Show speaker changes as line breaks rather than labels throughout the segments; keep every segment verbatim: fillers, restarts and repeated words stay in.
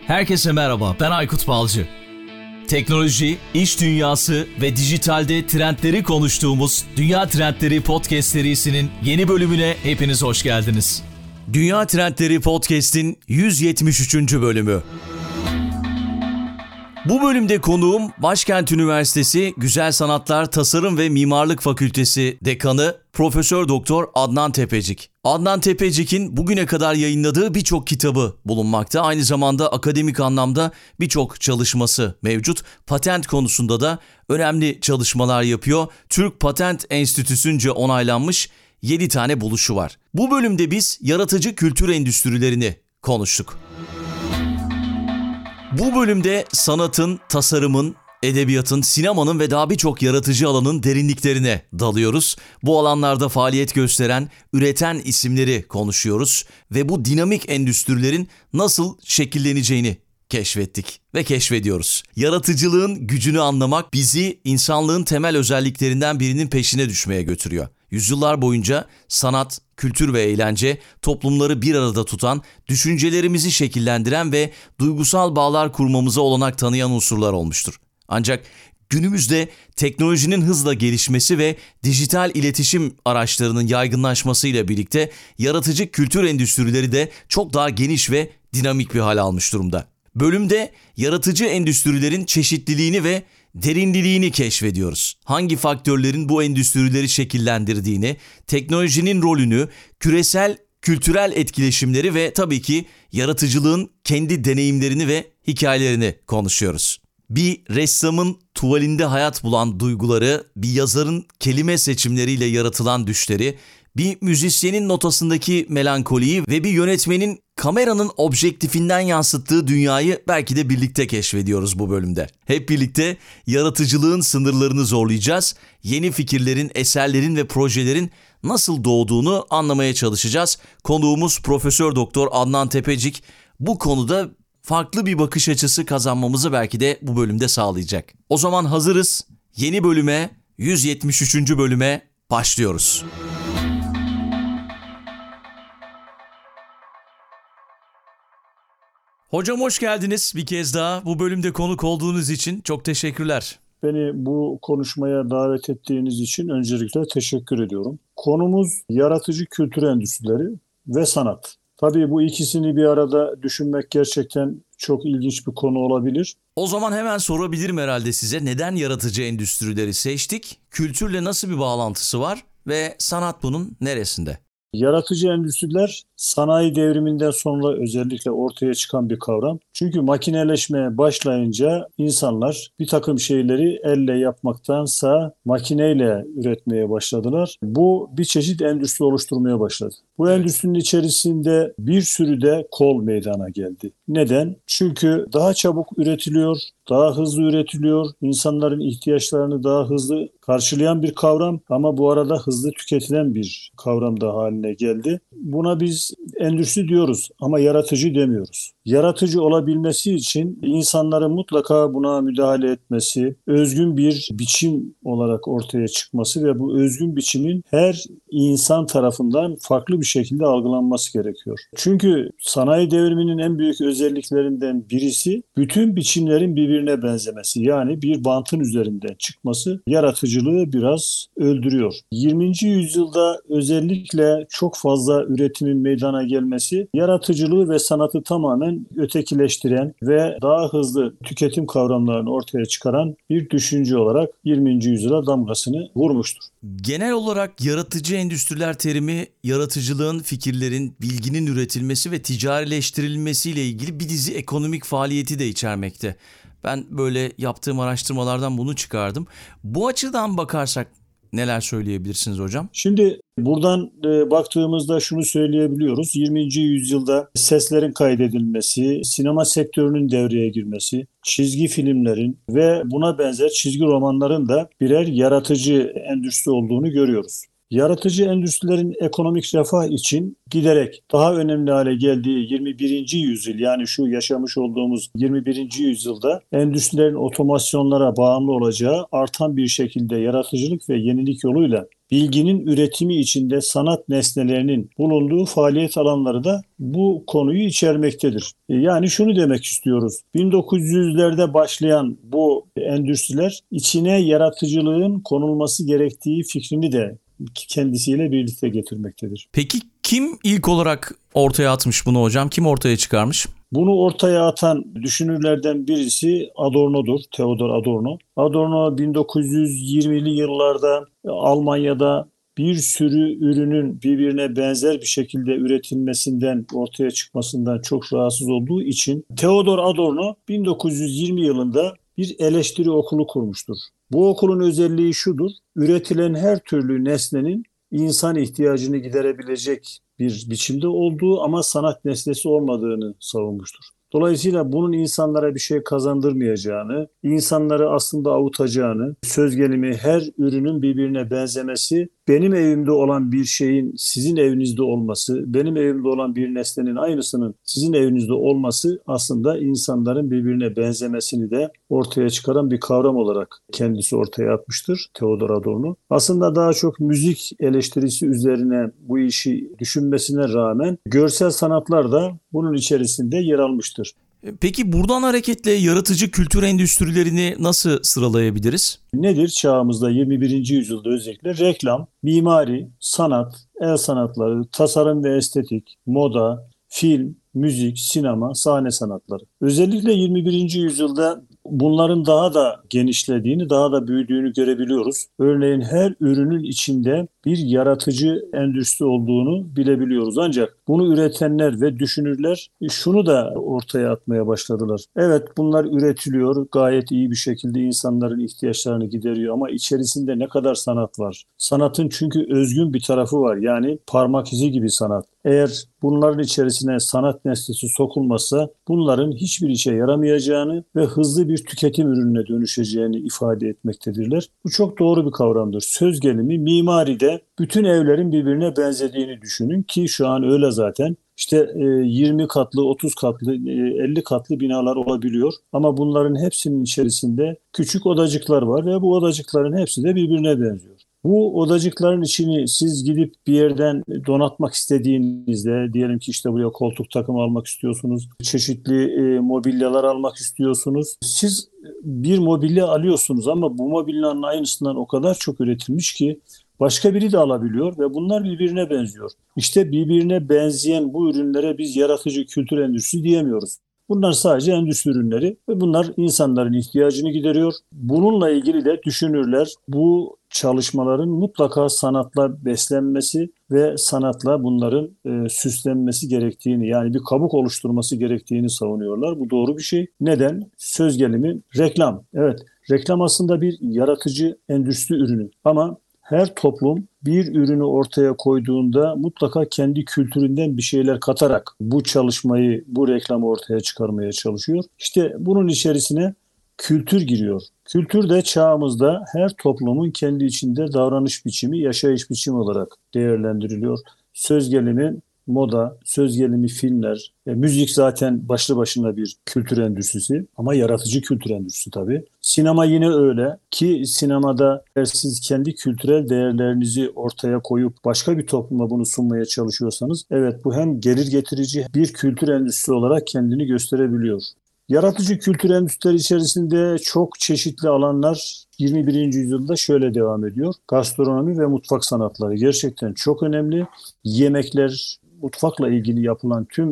Herkese merhaba, ben Aykut Balcı. Teknoloji, iş dünyası ve dijitalde trendleri konuştuğumuz Dünya Trendleri Podcast serisinin yeni bölümüne hepiniz hoş geldiniz. Dünya Trendleri Podcast'in yüz yetmiş üçüncü bölümü. Bu bölümde konuğum Başkent Üniversitesi Güzel Sanatlar Tasarım ve Mimarlık Fakültesi Dekanı Profesör Doktor Adnan Tepecik. Adnan Tepecik'in bugüne kadar yayınladığı birçok kitabı bulunmakta. Aynı zamanda akademik anlamda birçok çalışması mevcut. Patent konusunda da önemli çalışmalar yapıyor. Türk Patent Enstitüsü'nce onaylanmış yedi tane buluşu var. Bu bölümde biz yaratıcı kültür endüstrilerini konuştuk. Bu bölümde sanatın, tasarımın, edebiyatın, sinemanın ve daha birçok yaratıcı alanın derinliklerine dalıyoruz. Bu alanlarda faaliyet gösteren, üreten isimleri konuşuyoruz ve bu dinamik endüstrilerin nasıl şekilleneceğini keşfettik ve keşfediyoruz. Yaratıcılığın gücünü anlamak bizi insanlığın temel özelliklerinden birinin peşine düşmeye götürüyor. Yüzyıllar boyunca sanat, kültür ve eğlence toplumları bir arada tutan, düşüncelerimizi şekillendiren ve duygusal bağlar kurmamıza olanak tanıyan unsurlar olmuştur. Ancak günümüzde teknolojinin hızla gelişmesi ve dijital iletişim araçlarının yaygınlaşmasıyla birlikte yaratıcı kültür endüstrileri de çok daha geniş ve dinamik bir hal almış durumda. Bölümde yaratıcı endüstrilerin çeşitliliğini ve derinliğini keşfediyoruz. Hangi faktörlerin bu endüstrileri şekillendirdiğini, teknolojinin rolünü, küresel kültürel etkileşimleri ve tabii ki yaratıcılığın kendi deneyimlerini ve hikayelerini konuşuyoruz. Bir ressamın tuvalinde hayat bulan duyguları, bir yazarın kelime seçimleriyle yaratılan düşleri, bir müzisyenin notasındaki melankoliyi ve bir yönetmenin kameranın objektifinden yansıttığı dünyayı belki de birlikte keşfediyoruz bu bölümde. Hep birlikte yaratıcılığın sınırlarını zorlayacağız. Yeni fikirlerin, eserlerin ve projelerin nasıl doğduğunu anlamaya çalışacağız. Konuğumuz Profesör Doktor Adnan Tepecik bu konuda farklı bir bakış açısı kazanmamızı belki de bu bölümde sağlayacak. O zaman hazırız. Yeni bölüme, yüz yetmiş üçüncü bölüme başlıyoruz. Hocam hoş geldiniz bir kez daha. Bu bölümde konuk olduğunuz için çok teşekkürler.
Beni bu konuşmaya davet ettiğiniz için öncelikle teşekkür ediyorum. Konumuz yaratıcı kültür endüstrileri ve sanat. Tabii bu ikisini bir arada düşünmek gerçekten çok ilginç bir konu olabilir.
O zaman hemen sorabilirim herhalde size. Neden yaratıcı endüstrileri seçtik? Kültürle nasıl bir bağlantısı var ve sanat bunun neresinde?
Yaratıcı endüstriler sanayi devriminden sonra özellikle ortaya çıkan bir kavram. Çünkü makineleşmeye başlayınca insanlar bir takım şeyleri elle yapmaktansa makineyle üretmeye başladılar. Bu bir çeşit endüstri oluşturmaya başladı. Bu endüstrinin içerisinde bir sürü de kol meydana geldi. Neden? Çünkü daha çabuk üretiliyor, daha hızlı üretiliyor, insanların ihtiyaçlarını daha hızlı karşılayan bir kavram ama bu arada hızlı tüketilen bir kavram da haline geldi. Buna biz endüstri diyoruz ama yaratıcı demiyoruz. Yaratıcı olabilmesi için insanların mutlaka buna müdahale etmesi, özgün bir biçim olarak ortaya çıkması ve bu özgün biçimin her insan tarafından farklı bir şekilde algılanması gerekiyor. Çünkü sanayi devriminin en büyük özelliklerinden birisi bütün biçimlerin birbirine benzemesi. Yani bir bantın üzerinden çıkması yaratıcılığı biraz öldürüyor. yirminci yüzyılda özellikle çok fazla üretimin meydana gelmesi yaratıcılığı ve sanatı tamamen ötekileştiren ve daha hızlı tüketim kavramlarını ortaya çıkaran bir düşünce olarak yirminci yüzyıla damgasını vurmuştur.
Genel olarak yaratıcı endüstriler terimi yaratıcılığın, fikirlerin, bilginin üretilmesi ve ticarileştirilmesiyle ilgili bir dizi ekonomik faaliyeti de içermekte. Ben böyle yaptığım araştırmalardan bunu çıkardım. Bu açıdan bakarsak neler söyleyebilirsiniz hocam?
Şimdi buradan e, baktığımızda şunu söyleyebiliyoruz. yirminci yüzyılda seslerin kaydedilmesi, sinema sektörünün devreye girmesi, çizgi filmlerin ve buna benzer çizgi romanların da birer yaratıcı endüstri olduğunu görüyoruz. Yaratıcı endüstrilerin ekonomik refah için giderek daha önemli hale geldiği yirmi birinci yüzyıl, yani şu yaşamış olduğumuz yirmi birinci yüzyılda endüstrilerin otomasyonlara bağımlı olacağı, artan bir şekilde yaratıcılık ve yenilik yoluyla bilginin üretimi içinde sanat nesnelerinin bulunduğu faaliyet alanları da bu konuyu içermektedir. E, Yani şunu demek istiyoruz. bin dokuz yüzlerde başlayan bu endüstriler içine yaratıcılığın konulması gerektiği fikrini de kendisiyle birlikte getirmektedir.
Peki kim ilk olarak ortaya atmış bunu hocam? Kim ortaya çıkarmış?
Bunu ortaya atan düşünürlerden birisi Adorno'dur, Theodor Adorno. Adorno bin dokuz yüz yirmili yıllarda Almanya'da bir sürü ürünün birbirine benzer bir şekilde üretilmesinden, ortaya çıkmasından çok rahatsız olduğu için Theodor Adorno bin dokuz yüz yirmi yılında bir eleştiri okulu kurmuştur. Bu okulun özelliği şudur: üretilen her türlü nesnenin insan ihtiyacını giderebilecek bir biçimde olduğu ama sanat nesnesi olmadığını savunmuştur. Dolayısıyla bunun insanlara bir şey kazandırmayacağını, insanları aslında avutacağını, söz gelimi her ürünün birbirine benzemesi, benim evimde olan bir şeyin sizin evinizde olması, benim evimde olan bir nesnenin aynısının sizin evinizde olması aslında insanların birbirine benzemesini de ortaya çıkaran bir kavram olarak kendisi ortaya atmıştır Theodor Adorno. Aslında daha çok müzik eleştirisi üzerine bu işi düşünmesine rağmen görsel sanatlar da bunun içerisinde yer almıştır.
Peki buradan hareketle yaratıcı kültür endüstrilerini nasıl sıralayabiliriz?
Nedir çağımızda yirmi birinci yüzyılda özellikle? Reklam, mimari, sanat, el sanatları, tasarım ve estetik, moda, film, müzik, sinema, sahne sanatları. Özellikle yirmi birinci yüzyılda bunların daha da genişlediğini, daha da büyüdüğünü görebiliyoruz. Örneğin her ürünün içinde bir yaratıcı endüstri olduğunu bilebiliyoruz. Ancak bunu üretenler ve düşünürler şunu da ortaya atmaya başladılar. Evet, bunlar üretiliyor, gayet iyi bir şekilde insanların ihtiyaçlarını gideriyor ama içerisinde ne kadar sanat var? Sanatın çünkü özgün bir tarafı var. Yani parmak izi gibi sanat. Eğer bunların içerisine sanat nesnesi sokulmazsa bunların hiçbir işe yaramayacağını ve hızlı bir tüketim ürününe dönüşeceğini ifade etmektedirler. Bu çok doğru bir kavramdır. Söz gelimi mimaride bütün evlerin birbirine benzediğini düşünün ki şu an öyle zaten. İşte yirmi katlı, otuz katlı, elli katlı binalar olabiliyor. Ama bunların hepsinin içerisinde küçük odacıklar var ve bu odacıkların hepsi de birbirine benziyor. Bu odacıkların içini siz gidip bir yerden donatmak istediğinizde, diyelim ki işte buraya koltuk takımı almak istiyorsunuz, çeşitli e, mobilyalar almak istiyorsunuz. Siz bir mobilya alıyorsunuz ama bu mobilyanın aynısından o kadar çok üretilmiş ki başka biri de alabiliyor ve bunlar birbirine benziyor. İşte birbirine benzeyen bu ürünlere biz yaratıcı kültür endüstrisi diyemiyoruz. Bunlar sadece endüstri ürünleri ve bunlar insanların ihtiyacını gideriyor. Bununla ilgili de düşünürler bu çalışmaların mutlaka sanatla beslenmesi ve sanatla bunların e, süslenmesi gerektiğini, yani bir kabuk oluşturması gerektiğini savunuyorlar. Bu doğru bir şey. Neden? Söz gelimi reklam. Evet, reklam aslında bir yaratıcı endüstri ürünü ama her toplum bir ürünü ortaya koyduğunda mutlaka kendi kültüründen bir şeyler katarak bu çalışmayı, bu reklamı ortaya çıkarmaya çalışıyor. İşte bunun içerisine kültür giriyor. Kültür de çağımızda her toplumun kendi içinde davranış biçimi, yaşayış biçimi olarak değerlendiriliyor. Söz gelimi moda, söz gelimi filmler, e, müzik zaten başlı başına bir kültür endüstrisi ama yaratıcı kültür endüstrisi tabii. Sinema yine öyle ki sinemada eğer siz kendi kültürel değerlerinizi ortaya koyup başka bir topluma bunu sunmaya çalışıyorsanız evet bu hem gelir getirici bir kültür endüstrisi olarak kendini gösterebiliyor. Yaratıcı kültür endüstrileri içerisinde çok çeşitli alanlar yirmi birinci yüzyılda şöyle devam ediyor. Gastronomi ve mutfak sanatları gerçekten çok önemli. Yemekler, mutfakla ilgili yapılan tüm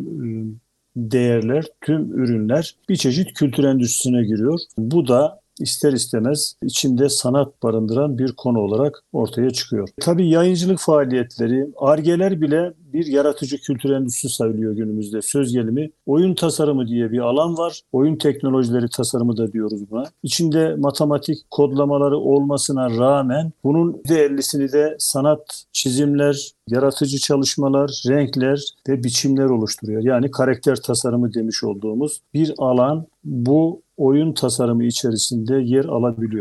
değerler, tüm ürünler bir çeşit kültür endüstrisine giriyor. Bu da ister istemez içinde sanat barındıran bir konu olarak ortaya çıkıyor. Tabii yayıncılık faaliyetleri, Ar-Ge'ler bile bir yaratıcı kültür endüstrisi sayılıyor günümüzde. Söz gelimi oyun tasarımı diye bir alan var. Oyun teknolojileri tasarımı da diyoruz buna. İçinde matematik kodlamaları olmasına rağmen bunun yüzde ellisini de sanat, çizimler, yaratıcı çalışmalar, renkler ve biçimler oluşturuyor. Yani karakter tasarımı demiş olduğumuz bir alan bu oyun tasarımı içerisinde yer alabiliyor.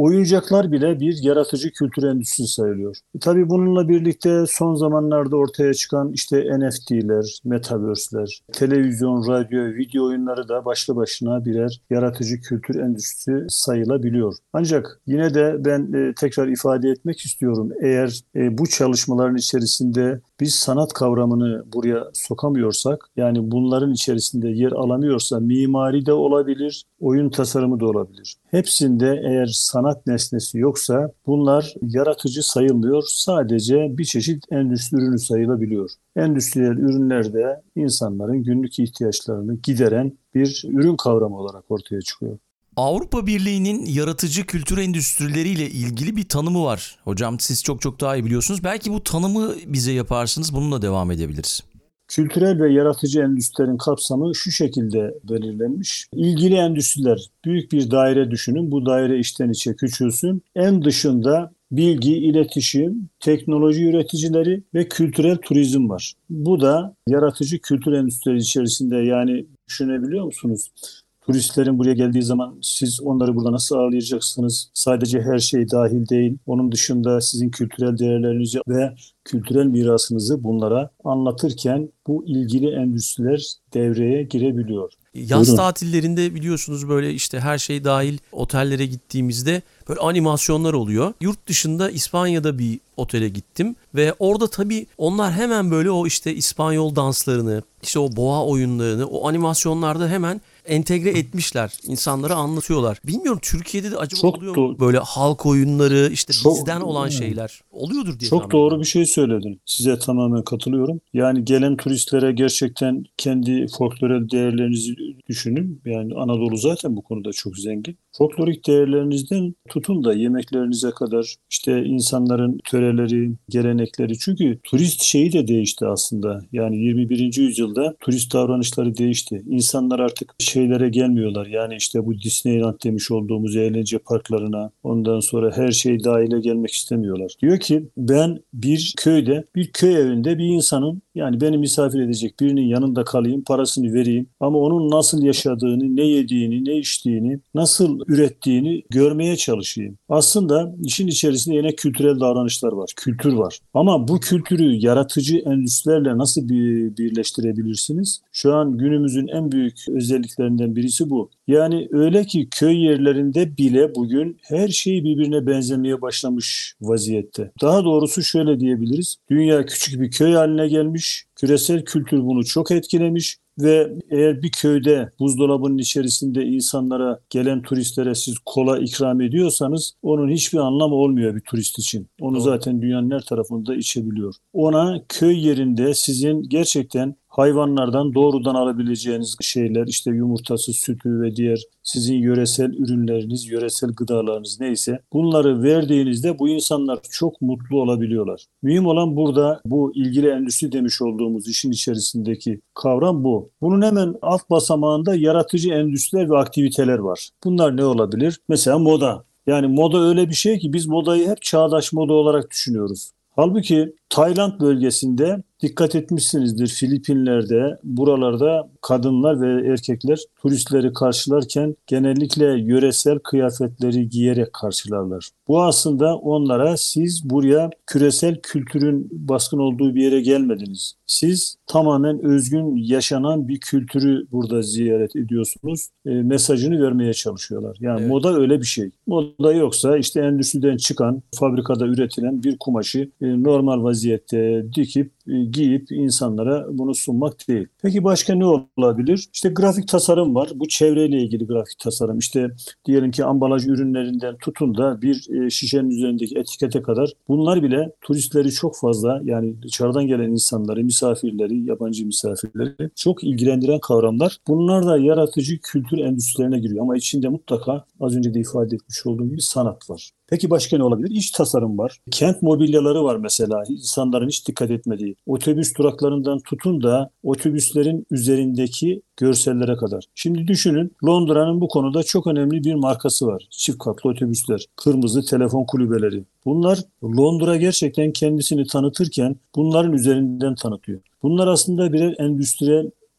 oyuncaklar bile bir yaratıcı kültür endüstrisi sayılıyor. E, tabii bununla birlikte son zamanlarda ortaya çıkan işte N F T'ler, metaverse'ler, televizyon, radyo, video oyunları da başlı başına birer yaratıcı kültür endüstrisi sayılabiliyor. Ancak yine de ben e, tekrar ifade etmek istiyorum. Eğer e, bu çalışmaların içerisinde biz sanat kavramını buraya sokamıyorsak, yani bunların içerisinde yer alamıyorsa mimari de olabilir, oyun tasarımı da olabilir. Hepsinde eğer sanat nesnesi yoksa bunlar yaratıcı sayılmıyor, sadece bir çeşit endüstri ürünü sayılabiliyor. Endüstriyel ürünler de insanların günlük ihtiyaçlarını gideren bir ürün kavramı olarak ortaya çıkıyor.
Avrupa Birliği'nin yaratıcı kültür endüstrileriyle ilgili bir tanımı var. Hocam siz çok çok daha iyi biliyorsunuz. Belki bu tanımı bize yaparsınız. Bununla devam edebiliriz.
Kültürel ve yaratıcı endüstrilerin kapsamı şu şekilde belirlenmiş. İlgili endüstriler, büyük bir daire düşünün. Bu daire içten içe küçülsün. En dışında bilgi, iletişim, teknoloji üreticileri ve kültürel turizm var. Bu da yaratıcı kültür endüstrileri içerisinde, yani düşünebiliyor musunuz? Turistlerin buraya geldiği zaman siz onları burada nasıl ağırlayacaksınız? Sadece her şey dahil değil. Onun dışında sizin kültürel değerlerinizi ve kültürel mirasınızı bunlara anlatırken bu ilgili endüstriler devreye girebiliyor.
Yaz
Buyurun.
tatillerinde biliyorsunuz böyle işte her şey dahil otellere gittiğimizde böyle animasyonlar oluyor. Yurt dışında İspanya'da bir otele gittim ve orada tabii onlar hemen böyle o işte İspanyol danslarını, işte o boğa oyunlarını o animasyonlarda hemen entegre etmişler. İnsanlara anlatıyorlar. Bilmiyorum Türkiye'de de acaba
Çok
oluyor
do-
mu? Böyle halk oyunları işte
Çok,
bizden olan şeyler oluyordur diye tahmin
Çok doğru
ediyorum.
bir şey söyledin. Size tamamen katılıyorum. Yani gelen turistlere gerçekten kendi folklorel değerlerinizi düşünün. Yani Anadolu zaten bu konuda çok zengin. Folklorik değerlerinizden tutun da yemeklerinize kadar, işte insanların töreleri, gelenekleri. Çünkü turist şeyi de değişti aslında. Yani yirmi birinci yüzyılda turist davranışları değişti. İnsanlar artık şeylere gelmiyorlar. Yani işte bu Disneyland demiş olduğumuz eğlence parklarına, ondan sonra her şey dahile gelmek istemiyorlar. Diyor ki ben bir köyde, bir köy evinde bir insanın, yani beni misafir edecek birinin yanında kalayım, parasını vereyim ama onun nasıl yaşadığını, ne yediğini, ne içtiğini, nasıl ürettiğini görmeye çalışayım. Aslında işin içerisinde yine kültürel davranışlar var, kültür var. Ama bu kültürü yaratıcı endüstrilerle nasıl bir birleştirebilirsiniz? Şu an günümüzün en büyük özelliklerinden birisi bu. Yani öyle ki köy yerlerinde bile bugün her şey birbirine benzemeye başlamış vaziyette. Daha doğrusu şöyle diyebiliriz. Dünya küçük bir köy haline gelmiş. Küresel kültür bunu çok etkilemiş ve eğer bir köyde buzdolabının içerisinde insanlara, gelen turistlere siz kola ikram ediyorsanız onun hiçbir anlamı olmuyor bir turist için. Onu
Doğru.
zaten dünyanın her tarafında içebiliyor. Ona köy yerinde sizin gerçekten hayvanlardan doğrudan alabileceğiniz şeyler, işte yumurtası, sütü ve diğer sizin yöresel ürünleriniz, yöresel gıdalarınız neyse bunları verdiğinizde bu insanlar çok mutlu olabiliyorlar. Mühim olan burada bu ilgili endüstri demiş olduğumuz işin içerisindeki kavram bu. Bunun hemen alt basamağında yaratıcı endüstriler ve aktiviteler var. Bunlar ne olabilir? Mesela moda. Yani moda öyle bir şey ki biz modayı hep çağdaş moda olarak düşünüyoruz. Halbuki Tayland bölgesinde dikkat etmişsinizdir, Filipinler'de, buralarda kadınlar ve erkekler turistleri karşılarken genellikle yöresel kıyafetleri giyerek karşılarlar. Bu aslında onlara siz buraya küresel kültürün baskın olduğu bir yere gelmediniz. Siz tamamen özgün yaşanan bir kültürü burada ziyaret ediyorsunuz. E, mesajını vermeye çalışıyorlar. Yani
Evet.
moda öyle bir şey. Moda yoksa işte endüstriden çıkan, fabrikada üretilen bir kumaşı e, normal vaziyette dikip e, giyip insanlara bunu sunmak değil. Peki başka ne olabilir? İşte grafik tasarım var. Bu çevreyle ilgili grafik tasarım. İşte diyelim ki ambalaj ürünlerinden tutun da bir e, şişenin üzerindeki etikete kadar bunlar bile turistleri çok fazla, yani dışarıdan gelen insanları, misafirleri, yabancı misafirleri çok ilgilendiren kavramlar. Bunlar da yaratıcı kültür endüstrilerine giriyor ama içinde mutlaka az önce de ifade etmiş olduğum gibi sanat var. Peki başka ne olabilir? İç tasarım var. Kent mobilyaları var mesela. İnsanların hiç dikkat etmediği. Otobüs duraklarından tutun da otobüslerin üzerindeki görsellere kadar. Şimdi düşünün, Londra'nın bu konuda çok önemli bir markası var. Çift katlı otobüsler, kırmızı telefon kulübeleri. Bunlar Londra gerçekten kendisini tanıtırken bunların üzerinden tanıtıyor. Bunlar aslında birer endüstriyel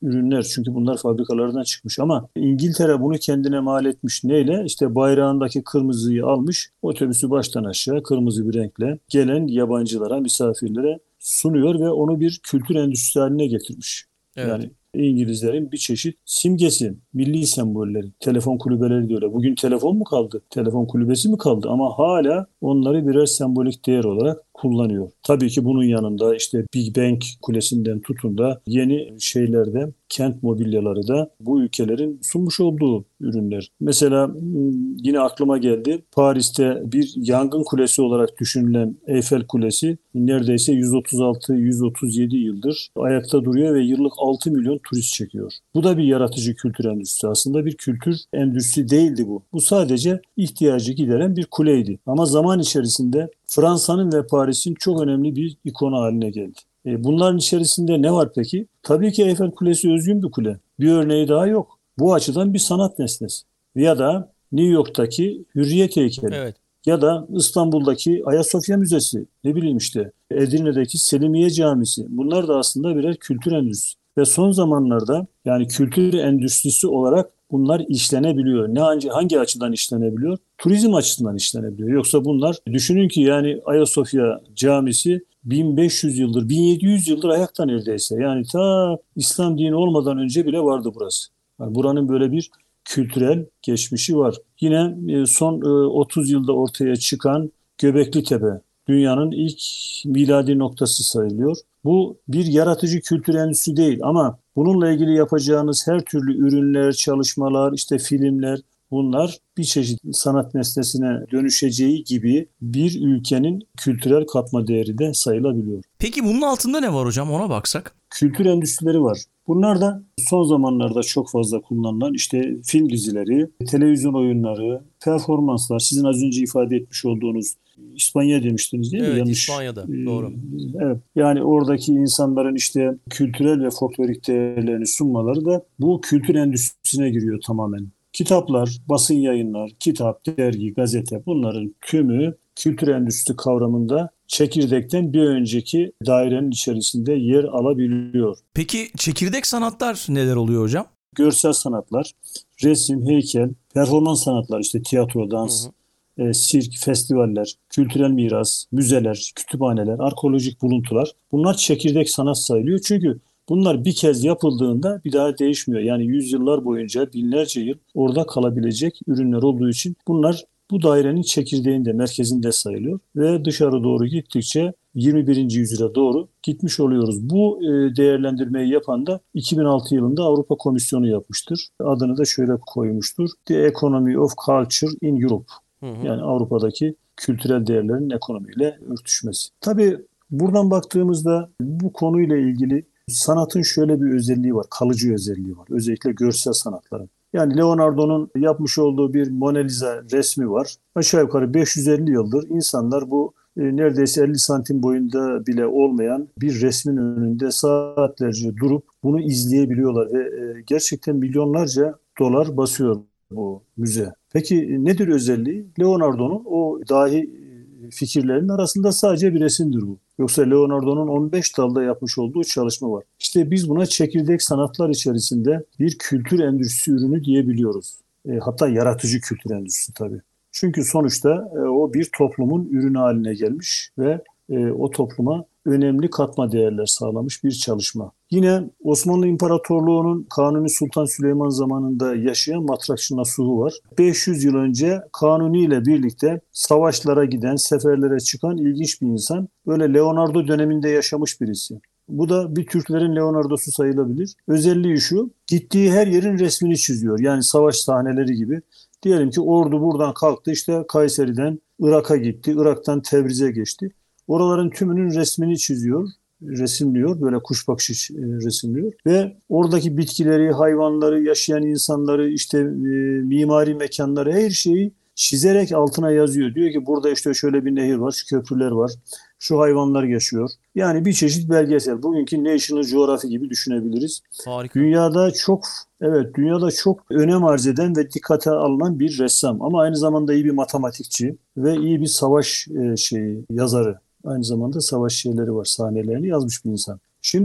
ürünler. Çünkü bunlar fabrikalardan çıkmış ama İngiltere bunu kendine mal etmiş. Neyle? İşte bayrağındaki kırmızıyı almış, otobüsü baştan aşağı kırmızı bir renkle gelen yabancılara, misafirlere sunuyor ve onu bir kültür endüstrisi haline getirmiş.
Evet.
Yani İngilizlerin bir çeşit simgesi, milli sembolleri. Telefon kulübeleri de öyle. Bugün telefon mu kaldı? Telefon kulübesi mi kaldı? Ama hala onları birer sembolik değer olarak kullanıyor. Tabii ki bunun yanında işte Big Bang Kulesi'nden tutun da yeni şeylerde, kent mobilyaları da bu ülkelerin sunmuş olduğu ürünler. Mesela yine aklıma geldi. Paris'te bir yangın kulesi olarak düşünülen Eyfel Kulesi neredeyse yüz otuz altı yüz otuz yedi yıldır ayakta duruyor ve yıllık altı milyon turist çekiyor. Bu da bir yaratıcı kültür endüstrisi. Aslında bir kültür endüstrisi değildi bu. Bu sadece ihtiyacı gideren bir kuleydi. Ama zaman içerisinde Fransa'nın ve Paris'in çok önemli bir ikonu haline geldi. E bunların içerisinde ne var peki? Tabii ki Eyfel Kulesi özgün bir kule. Bir örneği daha yok. Bu açıdan bir sanat nesnesi. Ya da New York'taki Hürriyet heykeli.
Evet.
Ya da İstanbul'daki Ayasofya Müzesi. Ne bileyim işte Edirne'deki Selimiye Camisi. Bunlar da aslında birer kültür endüstrisi. Ve son zamanlarda yani kültür endüstrisi olarak bunlar işlenebiliyor. Ne hangi, hangi açıdan işlenebiliyor? Turizm açısından işlenebiliyor. Yoksa bunlar düşünün ki yani Ayasofya Camisi bin beş yüz yıldır, bin yedi yüz yıldır ayakta neredeyse. Yani ta İslam dini olmadan önce bile vardı burası. Yani buranın böyle bir kültürel geçmişi var. Yine son otuz yılda ortaya çıkan Göbekli Tepe, dünyanın ilk miladi noktası sayılıyor. Bu bir yaratıcı kültür endüstrisi değil ama bununla ilgili yapacağınız her türlü ürünler, çalışmalar, işte filmler bunlar bir çeşit sanat nesnesine dönüşeceği gibi bir ülkenin kültürel katma değeri de sayılabiliyor.
Peki bunun altında ne var hocam, ona baksak?
Kültür endüstrileri var. Bunlar da son zamanlarda çok fazla kullanılan işte film dizileri, televizyon oyunları, performanslar, sizin az önce ifade etmiş olduğunuz İspanya demiştiniz değil mi?
Evet,
Yanlış.
İspanya'da. Doğru.
Evet. Yani oradaki insanların işte kültürel ve folklorik değerlerini sunmaları da bu kültür endüstrisine giriyor tamamen. Kitaplar, basın yayınlar, kitap, dergi, gazete bunların tümü kültür endüstrisi kavramında çekirdekten bir önceki dairenin içerisinde yer alabiliyor.
Peki çekirdek sanatlar neler oluyor hocam?
Görsel sanatlar, resim, heykel, performans sanatlar işte tiyatro, dans, hı hı. E, sirk, festivaller, kültürel miras, müzeler, kütüphaneler, arkeolojik buluntular bunlar çekirdek sanat sayılıyor. Çünkü bunlar bir kez yapıldığında bir daha değişmiyor. Yani yüzyıllar boyunca binlerce yıl orada kalabilecek ürünler olduğu için bunlar bu dairenin çekirdeğinde, merkezinde sayılıyor ve dışarı doğru gittikçe yirmi birinci yüzyıla doğru gitmiş oluyoruz. Bu değerlendirmeyi yapan da iki bin altı yılında Avrupa Komisyonu yapmıştır. Adını da şöyle koymuştur: The Economy of Culture in Europe. Hı hı. Yani Avrupa'daki kültürel değerlerin ekonomiyle örtüşmesi. Tabii buradan baktığımızda bu konuyla ilgili sanatın şöyle bir özelliği var, kalıcı özelliği var. Özellikle görsel sanatların. Yani Leonardo'nun yapmış olduğu bir Mona Lisa resmi var. Aşağı yukarı beş yüz elli yıldır insanlar bu e, neredeyse elli santim boyunda bile olmayan bir resmin önünde saatlerce durup bunu izleyebiliyorlar ve e, gerçekten milyonlarca dolar basıyor bu müze. Peki nedir özelliği? Leonardo'nun o dahi fikirlerinin arasında sadece bir resimdir bu. Yoksa Leonardo'nun on beş dalda yapmış olduğu çalışma var. İşte biz buna çekirdek sanatlar içerisinde bir kültür endüstrisi ürünü diyebiliyoruz. E, hatta yaratıcı kültür endüstrisi tabii. Çünkü sonuçta e, o bir toplumun ürünü haline gelmiş ve e, o topluma önemli katma değerler sağlamış bir çalışma. Yine Osmanlı İmparatorluğu'nun Kanuni Sultan Süleyman zamanında yaşayan Matrakçı Nasuh'u var. beş yüz yıl önce Kanuni ile birlikte savaşlara giden, seferlere çıkan ilginç bir insan. Böyle Leonardo döneminde yaşamış birisi. Bu da bir Türklerin Leonardo'su sayılabilir. Özelliği şu: gittiği her yerin resmini çiziyor. Yani savaş sahneleri gibi. Diyelim ki ordu buradan kalktı, işte Kayseri'den Irak'a gitti, Irak'tan Tebriz'e geçti. Oraların tümünün resmini çiziyor, resimliyor, böyle kuş bakışı resimliyor ve oradaki bitkileri, hayvanları, yaşayan insanları, işte e, mimari mekanları, her şeyi çizerek altına yazıyor. Diyor ki burada işte şöyle bir nehir var, şu köprüler var, şu hayvanlar yaşıyor. Yani bir çeşit belgesel. Bugünkü National Geographic gibi düşünebiliriz.
Harika.
Dünyada çok, evet dünyada çok önem arz eden ve dikkate alınan bir ressam. Ama aynı zamanda iyi bir matematikçi ve iyi bir savaş e, şeyi yazarı. Aynı zamanda savaş şeyleri var, sahnelerini yazmış bir insan. Şimdi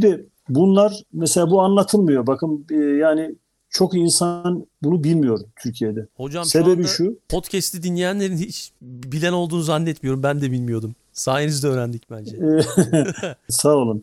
Bunlar mesela bu anlatılmıyor. Bakın e, yani çok insan bunu bilmiyor Türkiye'de.
Hocam şu
Sebebi
anda
şu.
podcast'i dinleyenlerin hiç bilen olduğunu zannetmiyorum. Ben de bilmiyordum. Sayenizde öğrendik bence.
e, Sağ olun.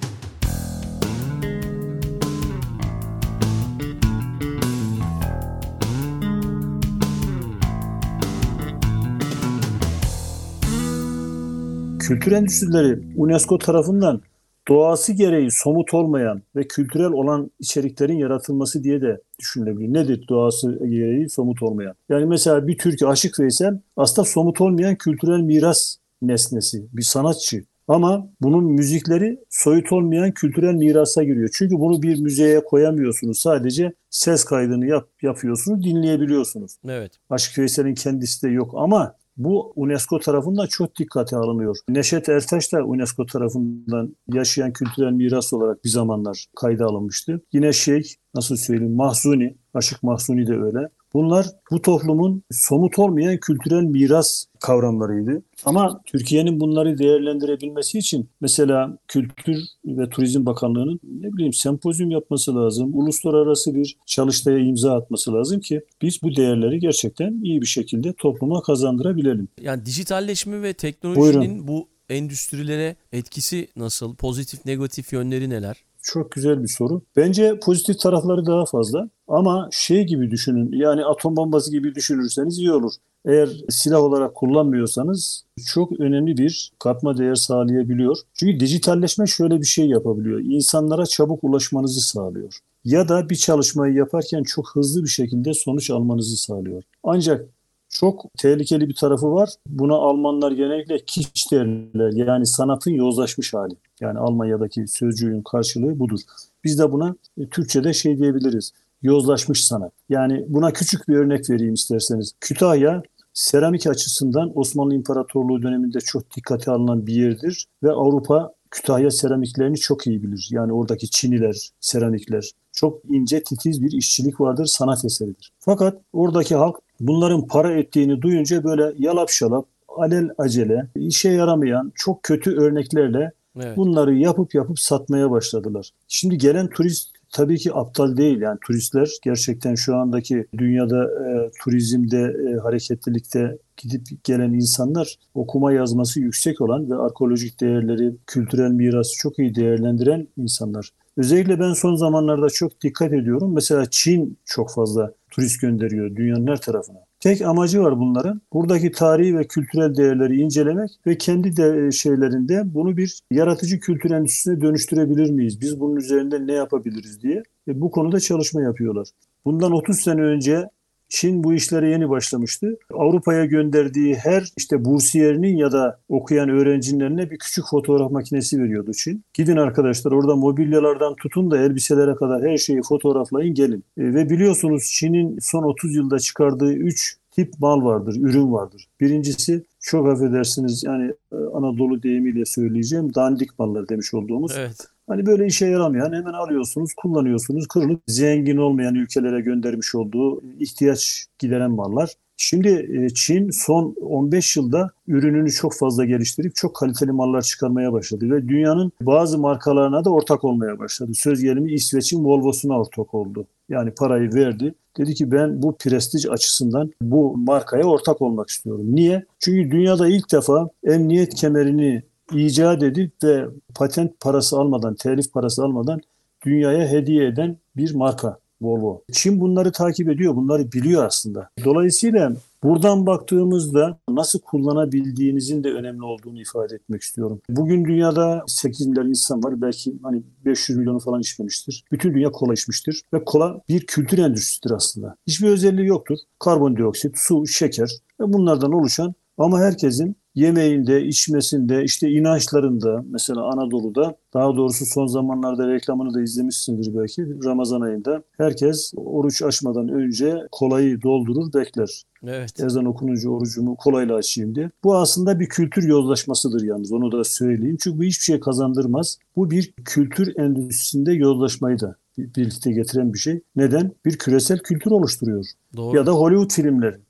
Kültür endüstrileri UNESCO tarafından doğası gereği somut olmayan ve kültürel olan içeriklerin yaratılması diye de düşünülebilir. Nedir doğası gereği somut olmayan? Yani mesela bir türkü Aşık Veysel aslında somut olmayan kültürel miras nesnesi, bir sanatçı. Ama bunun müzikleri soyut olmayan kültürel mirasa giriyor. Çünkü bunu bir müzeye koyamıyorsunuz. Sadece ses kaydını yap, yapıyorsunuz, dinleyebiliyorsunuz.
Evet.
Aşık Veysel'in kendisi de yok ama bu UNESCO tarafından çok dikkate alınıyor. Neşet Ertaş da UNESCO tarafından yaşayan kültürel miras olarak bir zamanlar kayda alınmıştı. Yine şey, nasıl söyleyeyim, Mahzuni, Aşık Mahzuni de öyle. Bunlar bu toplumun somut olmayan kültürel miras kavramlarıydı. Ama Türkiye'nin bunları değerlendirebilmesi için mesela Kültür ve Turizm Bakanlığı'nın ne bileyim sempozyum yapması lazım. Uluslararası bir çalıştaya imza atması lazım ki biz bu değerleri gerçekten iyi bir şekilde topluma kazandırabilelim.
Yani dijitalleşme ve
Buyurun.
teknolojinin bu endüstrilere etkisi nasıl? Pozitif, negatif yönleri neler?
Çok güzel bir soru. Bence pozitif tarafları daha fazla. Ama şey gibi düşünün, yani atom bombası gibi düşünürseniz iyi olur. Eğer silah olarak kullanmıyorsanız çok önemli bir katma değer sağlayabiliyor. Çünkü dijitalleşme şöyle bir şey yapabiliyor. İnsanlara çabuk ulaşmanızı sağlıyor. Ya da bir çalışmayı yaparken çok hızlı bir şekilde sonuç almanızı sağlıyor. Ancak çok tehlikeli bir tarafı var. Buna Almanlar genellikle kitsch derler. Yani sanatın yozlaşmış hali. Yani Almanya'daki sözcüğün karşılığı budur. Biz de buna e, Türkçe'de şey diyebiliriz. Yozlaşmış sanat. Yani buna küçük bir örnek vereyim isterseniz. Kütahya seramik açısından Osmanlı İmparatorluğu döneminde çok dikkate alınan bir yerdir ve Avrupa Kütahya seramiklerini çok iyi bilir. Yani oradaki çiniler, seramikler çok ince, titiz bir işçilik vardır, sanat eseridir. Fakat oradaki halk bunların para ettiğini duyunca böyle yalap şalap, alel acele, işe yaramayan çok kötü örneklerle
Evet.
bunları yapıp yapıp satmaya başladılar. Şimdi gelen turist tabii ki aptal değil. Yani turistler gerçekten şu andaki dünyada e, turizmde, e, hareketlilikte gidip gelen insanlar okuma yazması yüksek olan ve arkeolojik değerleri, kültürel mirası çok iyi değerlendiren insanlar. Özellikle ben son zamanlarda çok dikkat ediyorum. Mesela Çin çok fazla turist gönderiyor dünyanın her tarafına. Tek amacı var bunların. Buradaki tarihi ve kültürel değerleri incelemek ve kendi de şeylerinde bunu bir yaratıcı kültür endüstrisine dönüştürebilir miyiz? Biz bunun üzerinde ne yapabiliriz diye e, bu konuda çalışma yapıyorlar. Bundan otuz sene önce Çin bu işlere yeni başlamıştı. Avrupa'ya gönderdiği her işte bursiyerinin ya da okuyan öğrencilerine bir küçük fotoğraf makinesi veriyordu Çin. Gidin arkadaşlar orada mobilyalardan tutun da elbiselere kadar her şeyi fotoğraflayın gelin. E, ve biliyorsunuz Çin'in son otuz yılda çıkardığı üç tip mal vardır, ürün vardır. Birincisi çok affedersiniz yani Anadolu deyimiyle söyleyeceğim dandik mallar demiş olduğumuz.
Evet.
Hani böyle işe yaramayan hemen alıyorsunuz, kullanıyorsunuz, kırılıp zengin olmayan ülkelere göndermiş olduğu ihtiyaç gideren mallar. Şimdi Çin son on beş yılda ürününü çok fazla geliştirip çok kaliteli mallar çıkarmaya başladı ve dünyanın bazı markalarına da ortak olmaya başladı. Söz gelimi İsveç'in Volvo'suna ortak oldu. Yani parayı verdi. Dedi ki ben bu prestij açısından bu markaya ortak olmak istiyorum. Niye? Çünkü dünyada ilk defa emniyet kemerini icat edip ve patent parası almadan, telif parası almadan dünyaya hediye eden bir marka Volvo. Çin bunları takip ediyor, bunları biliyor aslında. Dolayısıyla buradan baktığımızda nasıl kullanabildiğinizin de önemli olduğunu ifade etmek istiyorum. Bugün dünyada sekiz milyar insan var. Belki hani beş yüz milyonu falan içmemiştir. Bütün dünya kola içmiştir. Ve kola bir kültür endüstrisidir aslında. Hiçbir özelliği yoktur. Karbondioksit, su, şeker ve bunlardan oluşan ama herkesin yemeğinde, içmesinde, işte inançlarında, mesela Anadolu'da, daha doğrusu son zamanlarda reklamını da izlemişsindir belki, Ramazan ayında herkes oruç açmadan önce kolayı doldurur, bekler.
Evet.
Ezan okununca orucumu kolayla açayım diye. Bu aslında bir kültür yozlaşmasıdır yalnız, onu da söyleyeyim. Çünkü bu hiçbir şey kazandırmaz. Bu bir kültür endüstrisinde yozlaşmayı da birlikte getiren bir şey. Neden? Bir küresel kültür oluşturuyor.
Doğru.
Ya da Hollywood filmleri.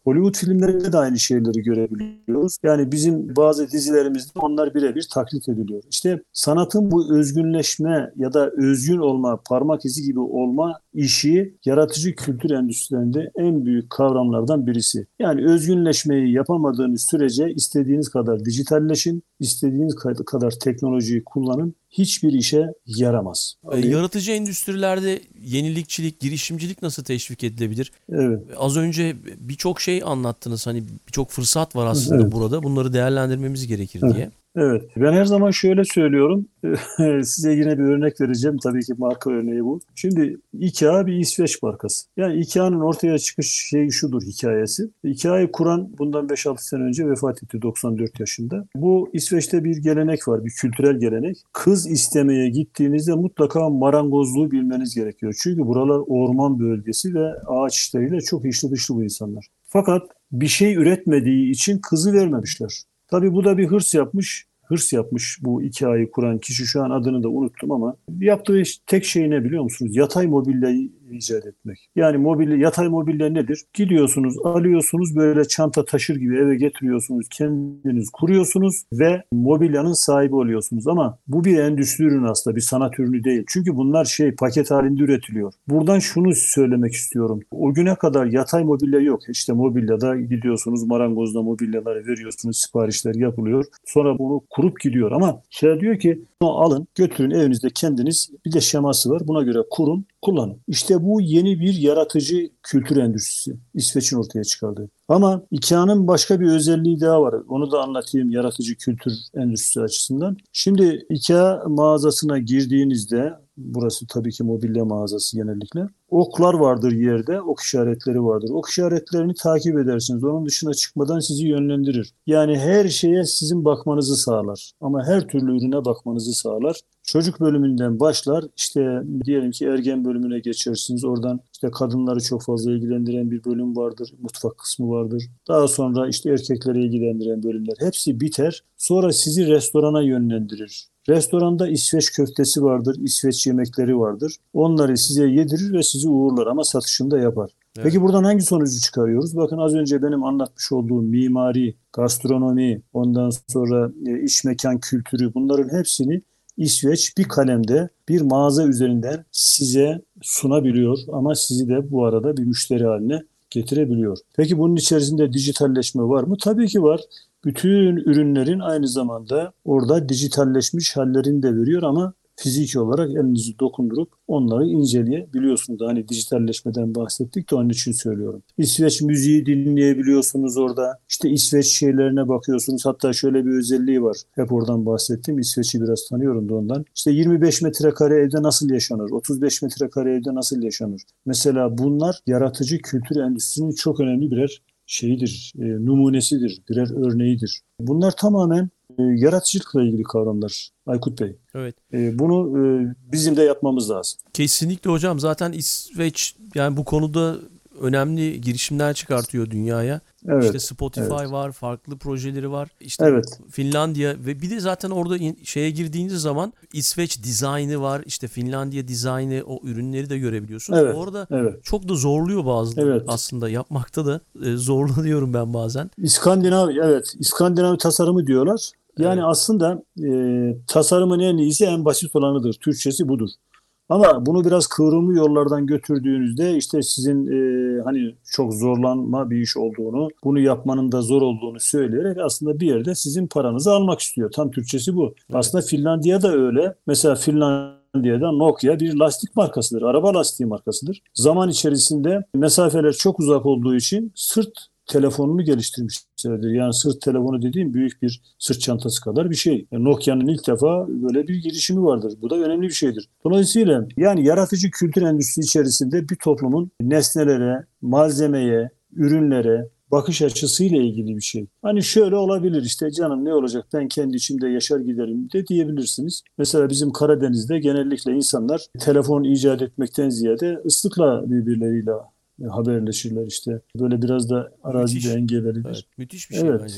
Hollywood filmlerinde de aynı şeyleri görebiliyoruz. Yani bizim bazı dizilerimizde onlar birebir taklit ediliyor. İşte sanatın bu özgünleşme ya da özgün olma, parmak izi gibi olma işi yaratıcı kültür endüstrilerinde en büyük kavramlardan birisi. Yani özgünleşmeyi yapamadığınız sürece istediğiniz kadar dijitalleşin, istediğiniz kadar teknolojiyi kullanın, hiçbir işe yaramaz.
E, yaratıcı endüstrilerde yenilikçilik, girişimcilik nasıl teşvik edilebilir?
Evet.
Az önce birçok şey anlattınız. Hani birçok fırsat var aslında
Evet.
burada. Bunları değerlendirmemiz gerekir
Evet.
diye.
Evet. Ben her zaman şöyle söylüyorum. Size yine bir örnek vereceğim. Tabii ki marka örneği bu. Şimdi IKEA bir İsveç markası. Yani IKEA'nın ortaya çıkış şeyi şudur, hikayesi. IKEA'yı kuran bundan beş altı sene önce vefat etti, doksan dört yaşında. Bu İsveç'te bir gelenek var, bir kültürel gelenek. Kız istemeye gittiğinizde mutlaka marangozluğu bilmeniz gerekiyor. Çünkü buralar orman bölgesi ve ağaç işleriyle çok içli dışlı bu insanlar. Fakat bir şey üretmediği için kızı vermemişler. Tabii bu da bir hırs yapmış. Hırs yapmış bu IKEA'yı kuran kişi, şu an adını da unuttum ama yaptığı iş, tek şey ne biliyor musunuz? Yatay mobilyayı icat etmek. Yani mobilya, yatay mobilya nedir? Gidiyorsunuz, alıyorsunuz, böyle çanta taşır gibi eve getiriyorsunuz, kendiniz kuruyorsunuz ve mobilyanın sahibi oluyorsunuz. Ama bu bir endüstri ürünü aslında, bir sanat ürünü değil. Çünkü bunlar şey, paket halinde üretiliyor. Buradan şunu söylemek istiyorum. O güne kadar yatay mobilya yok. İşte mobilyada gidiyorsunuz, marangozda mobilyaları veriyorsunuz, siparişler yapılıyor. Sonra bunu kurup gidiyor. Ama şey diyor ki, bunu alın, götürün evinizde kendiniz, bir de şeması var. Buna göre kurun, kullanın. İşte bu yeni bir yaratıcı kültür endüstrisi. İsveç'in ortaya çıkardığı. Ama IKEA'nın başka bir özelliği daha var. Onu da anlatayım yaratıcı kültür endüstrisi açısından. Şimdi IKEA mağazasına girdiğinizde, burası tabii ki mobilya mağazası genellikle, oklar vardır yerde, ok işaretleri vardır. Ok işaretlerini takip edersiniz. Onun dışına çıkmadan sizi yönlendirir. Yani her şeye sizin bakmanızı sağlar. Ama her türlü ürüne bakmanızı sağlar. Çocuk bölümünden başlar, işte diyelim ki ergen bölümüne geçersiniz. Oradan işte kadınları çok fazla ilgilendiren bir bölüm vardır. Mutfak kısmı vardır. Daha sonra işte erkekleri ilgilendiren bölümler. Hepsi biter. Sonra sizi restorana yönlendirir. Restoranda İsveç köftesi vardır, İsveç yemekleri vardır. Onları size yedirir ve sizi uğurlar ama satışını da yapar.
Evet.
Peki buradan hangi sonucu çıkarıyoruz? Bakın az önce benim anlatmış olduğum mimari, gastronomi, ondan sonra e, iş mekan kültürü, bunların hepsini İsveç bir kalemde bir mağaza üzerinden size sunabiliyor ama sizi de bu arada bir müşteri haline getirebiliyor. Peki bunun içerisinde dijitalleşme var mı? Tabii ki var. Bütün ürünlerin aynı zamanda orada dijitalleşmiş hallerini de veriyor ama fiziki olarak elinizi dokundurup onları inceleyebiliyorsunuz. Hani dijitalleşmeden bahsettik de onun için söylüyorum. İsveç müziği dinleyebiliyorsunuz orada. İşte İsveç şeylerine bakıyorsunuz. Hatta şöyle bir özelliği var. Hep oradan bahsettim. İsveç'i biraz tanıyorum da ondan. İşte yirmi beş metrekare evde nasıl yaşanır? otuz beş metrekare evde nasıl yaşanır? Mesela bunlar yaratıcı kültür endüstrisinin çok önemli birer şeyidir, e, numunesidir, birer örneğidir. Bunlar tamamen e, yaratıcılıkla ilgili kavramlar Aykut Bey.
Evet.
E, bunu e, bizim de yapmamız lazım.
Kesinlikle hocam. Zaten İsveç yani bu konuda önemli girişimler çıkartıyor dünyaya.
Evet.
İşte Spotify
evet.
var, farklı projeleri var. İşte
Evet.
Finlandiya ve bir de zaten orada in, şeye girdiğiniz zaman İsveç dizaynı var. İşte Finlandiya dizaynı, o ürünleri de görebiliyorsunuz.
Evet.
Orada
evet.
çok da zorluyor bazıları
Evet.
aslında. Yapmakta da e, zorlanıyorum ben bazen.
İskandinav, evet. İskandinav tasarımı diyorlar. Yani
Evet.
aslında e, tasarımın en iyisi en basit olanıdır. Türkçesi budur. Ama bunu biraz kıvrımlı yollardan götürdüğünüzde işte sizin e, hani çok zorlanma bir iş olduğunu, bunu yapmanın da zor olduğunu söyleyerek aslında bir yerde sizin paranızı almak istiyor. Tam Türkçesi bu.
Evet.
Aslında Finlandiya da öyle. Mesela Finlandiya'da Nokia bir lastik markasıdır. Araba lastiği markasıdır. Zaman içerisinde mesafeler çok uzak olduğu için sırt telefonunu geliştirmişlerdir. Yani sırt telefonu dediğim büyük bir sırt çantası kadar bir şey. Yani Nokia'nın ilk defa böyle bir girişimi vardır. Bu da önemli bir şeydir. Dolayısıyla yani yaratıcı kültür endüstrisi içerisinde bir toplumun nesnelere, malzemeye, ürünlere bakış açısıyla ilgili bir şey. Hani şöyle olabilir, işte canım ne olacak, ben kendi içimde yaşar giderim de diyebilirsiniz. Mesela bizim Karadeniz'de genellikle insanlar telefon icat etmekten ziyade ıslıkla birbirleriyle haberleşirler işte. Böyle biraz da arazi
Müthiş.
dengeleridir.
Evet, müthiş bir şey
Evet.
bence.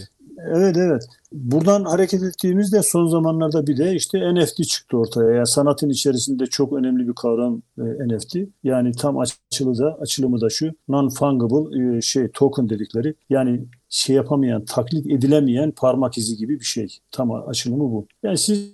Evet, evet. Buradan hareket ettiğimizde son zamanlarda bir de işte N F T çıktı ortaya. Yani sanatın içerisinde çok önemli bir kavram e, N F T. Yani tam açılı da açılımı da şu: non-fungible e, şey token dedikleri. Yani şey yapamayan, taklit edilemeyen parmak izi gibi bir şey. Tam açılımı bu. Yani siz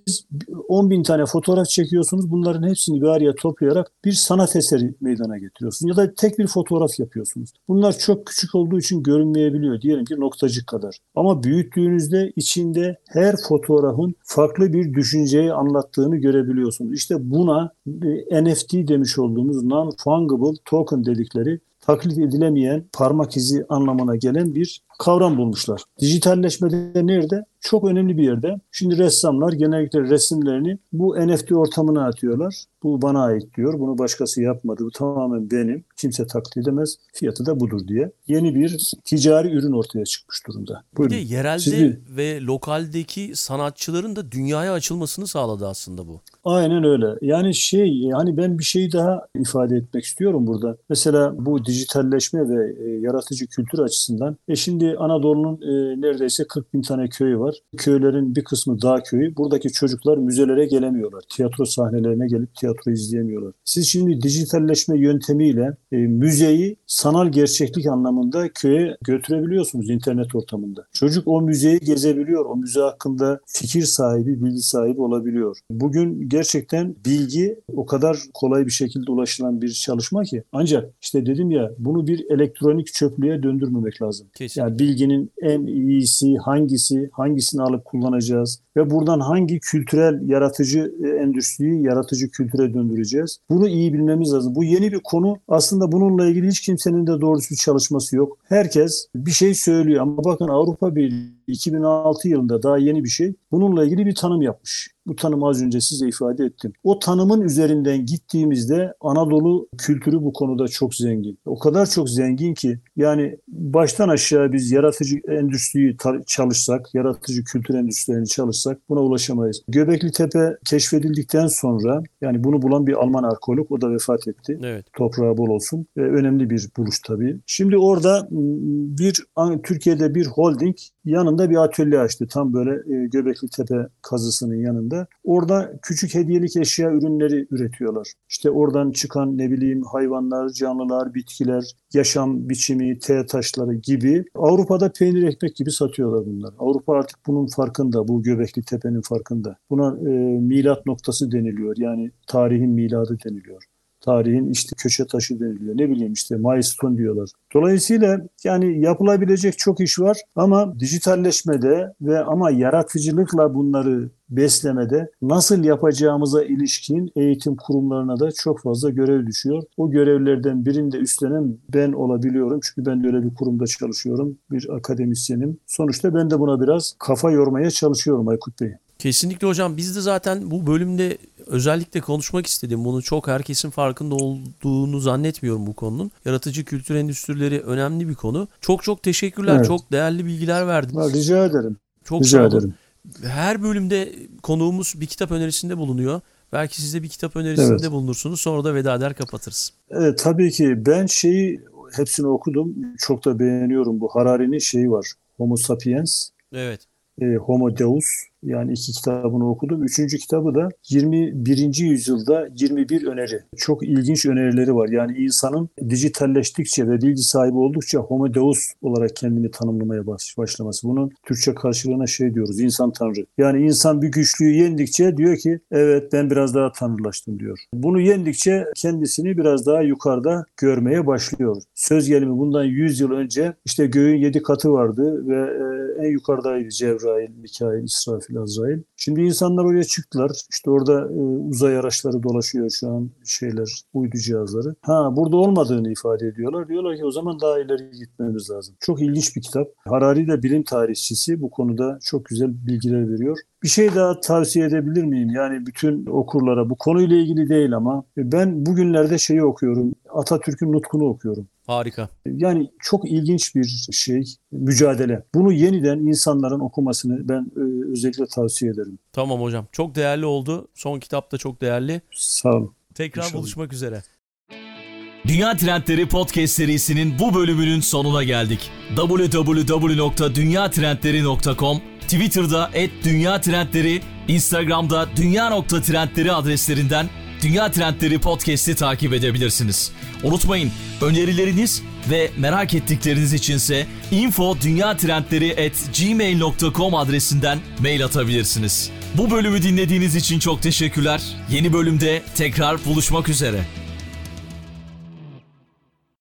on bin tane fotoğraf çekiyorsunuz. Bunların hepsini bir araya toplayarak bir sanat eseri meydana getiriyorsunuz. Ya da tek bir fotoğraf yapıyorsunuz. Bunlar çok küçük olduğu için görünmeyebiliyor. Diyelim ki noktacık kadar. Ama büyüttüğünüzde içinde her fotoğrafın farklı bir düşünceyi anlattığını görebiliyorsunuz. İşte buna N F T demiş olduğumuz non-fungible token dedikleri, taklit edilemeyen parmak izi anlamına gelen bir kavram bulmuşlar. Dijitalleşmede nerede? Çok önemli bir yerde. Şimdi ressamlar genellikle resimlerini bu N F T ortamına atıyorlar. Bu bana ait diyor. Bunu başkası yapmadı. Bu tamamen benim. Kimse taklit edemez. Fiyatı da budur diye. Yeni bir ticari ürün ortaya çıkmış durumda.
Bir de
Buyurun.
yerelde
Siz bir...
ve lokaldeki sanatçıların da dünyaya açılmasını sağladı aslında bu.
Aynen öyle. Yani şey, hani ben bir şey daha ifade etmek istiyorum burada. Mesela bu dijitalleşme ve e, yaratıcı kültür açısından. E şimdi Anadolu'nun e, neredeyse kırk bin tane köyü var. Köylerin bir kısmı dağ köyü. Buradaki çocuklar müzelere gelemiyorlar. Tiyatro sahnelerine gelip tiyatro izleyemiyorlar. Siz şimdi dijitalleşme yöntemiyle e, müzeyi sanal gerçeklik anlamında köye götürebiliyorsunuz internet ortamında. Çocuk o müzeyi gezebiliyor. O müze hakkında fikir sahibi, bilgi sahibi olabiliyor. Bugün gerçekten bilgi o kadar kolay bir şekilde ulaşılan bir çalışma ki. Ancak işte dedim ya, bunu bir elektronik çöplüğe döndürmemek lazım.
Kesinlikle.
Yani bilginin en iyisi hangisi, hangisini alıp kullanacağız ve buradan hangi kültürel yaratıcı endüstriyi yaratıcı kültüre döndüreceğiz? Bunu iyi bilmemiz lazım. Bu yeni bir konu. Aslında bununla ilgili hiç kimsenin de doğrusu bir çalışması yok. Herkes bir şey söylüyor ama bakın Avrupa Birliği iki bin altı yılında, daha yeni bir şey, bununla ilgili bir tanım yapmış. Bu tanımı az önce size ifade ettim. O tanımın üzerinden gittiğimizde Anadolu kültürü bu konuda çok zengin. O kadar çok zengin ki yani baştan aşağı biz yaratıcı endüstriyi çalışsak, yaratıcı kültür endüstrilerini çalışsak buna ulaşamayız. Göbekli Tepe keşfedildikten sonra, yani bunu bulan bir Alman arkeolog, o da vefat etti.
Evet.
Toprağı bol olsun. E, önemli bir buluş tabii. Şimdi orada bir Türkiye'de bir holding yanında bir atölye açtı. Tam böyle e, Göbekli Tepe kazısının yanında. Orada küçük hediyelik eşya ürünleri üretiyorlar. İşte oradan çıkan ne bileyim hayvanlar, canlılar, bitkiler, yaşam biçimi, T taşları gibi Avrupa'da peynir ekmek gibi satıyorlar bunlar. Avrupa artık bunun farkında, bu Göbekli Tepe'nin farkında. Buna e, milat noktası deniliyor. Yani tarihin miladı deniliyor. Tarihin işte köşe taşı deniliyor. Ne bileyim işte milestone diyorlar. Dolayısıyla yani yapılabilecek çok iş var ama dijitalleşmede ve ama yaratıcılıkla bunları beslemede nasıl yapacağımıza ilişkin eğitim kurumlarına da çok fazla görev düşüyor. O görevlerden birini de üstlenen ben olabiliyorum. Çünkü ben de öyle bir kurumda çalışıyorum. Bir akademisyenim. Sonuçta ben de buna biraz kafa yormaya çalışıyorum Aykut Bey.
Kesinlikle hocam. Biz de zaten bu bölümde özellikle konuşmak istedim. Bunu çok herkesin farkında olduğunu zannetmiyorum bu konunun. Yaratıcı kültür endüstrileri önemli bir konu. Çok çok teşekkürler. Evet. Çok değerli bilgiler verdiniz.
Rica ederim.
Çok
Rica
sağ olun.
ederim.
Her bölümde konuğumuz bir kitap önerisinde bulunuyor. Belki siz de bir kitap önerisinde evet. bulunursunuz. Sonra da veda eder kapatırız.
Evet, tabii ki. Ben şeyi hepsini okudum. Çok da beğeniyorum. Bu Harari'nin şeyi var. Homo Sapiens.
Evet.
E, Homo Deus. Yani iki kitabını okudum. Üçüncü kitabı da yirmi birinci yüzyılda yirmi bir öneri. Çok ilginç önerileri var. Yani insanın dijitalleştikçe ve bilgi sahibi oldukça Homo Deus olarak kendini tanımlamaya başlaması. Bunun Türkçe karşılığına şey diyoruz, insan tanrı. Yani insan bir güçlüğü yendikçe diyor ki evet ben biraz daha tanrılaştım diyor. Bunu yendikçe kendisini biraz daha yukarıda görmeye başlıyor. Söz gelimi bundan yüz yıl önce işte göğün yedi katı vardı ve en yukarıdaydı Cebrail, Mikail, İsrafil, Azrail. Şimdi insanlar oraya çıktılar. İşte orada e, uzay araçları dolaşıyor şu an, şeyler, uydu cihazları. Ha, burada olmadığını ifade ediyorlar. Diyorlar ki o zaman daha ileri gitmemiz lazım. Çok ilginç bir kitap. Harari de bilim tarihçisi. Bu konuda çok güzel bilgiler veriyor. Bir şey daha tavsiye edebilir miyim? Yani bütün okurlara, bu konuyla ilgili değil ama ben bugünlerde şeyi okuyorum. Atatürk'ün nutkunu okuyorum.
Harika.
Yani çok ilginç bir şey, mücadele. Bunu yeniden insanların okumasını ben e, özellikle tavsiye ederim.
Tamam hocam. Çok değerli oldu. Son kitap da çok değerli.
Sağ olun.
Tekrar
İnşallah.
buluşmak üzere.
Dünya Trendleri Podcast serisinin bu bölümünün sonuna geldik. double-u double-u double-u nokta dünya trendleri nokta com, Twitter'da et dünya trendleri, Instagram'da dünya nokta trendleri adreslerinden Dünya Trendleri Podcast'i takip edebilirsiniz. Unutmayın, önerileriniz ve merak ettikleriniz içinse info dünya trendleri at gmail nokta com adresinden mail atabilirsiniz. Bu bölümü dinlediğiniz için çok teşekkürler. Yeni bölümde tekrar buluşmak üzere.